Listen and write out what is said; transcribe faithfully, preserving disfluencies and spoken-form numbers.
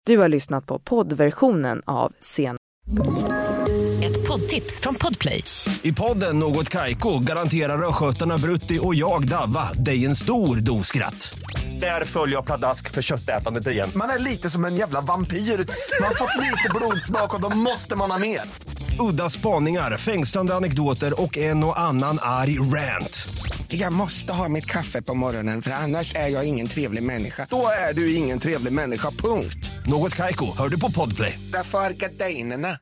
Du har lyssnat på poddversionen av Scen. Ett poddtips från Podplay. I podden Något Kaiko garanterar röskötarna Brutti och jag Davva dig en stor doskratt. Där följer jag pladask för köttätandet igen. Man är lite som en jävla vampyr. Man har fått lite blodsmak och då måste man ha mer. Udda spaningar, fängslande anekdoter och en och annan arg rant. Jag måste ha mitt kaffe på morgonen för annars är jag ingen trevlig människa. Då är du ingen trevlig människa, punkt. Något Kaiko, hör du på Podplay. Därför är gardinerna.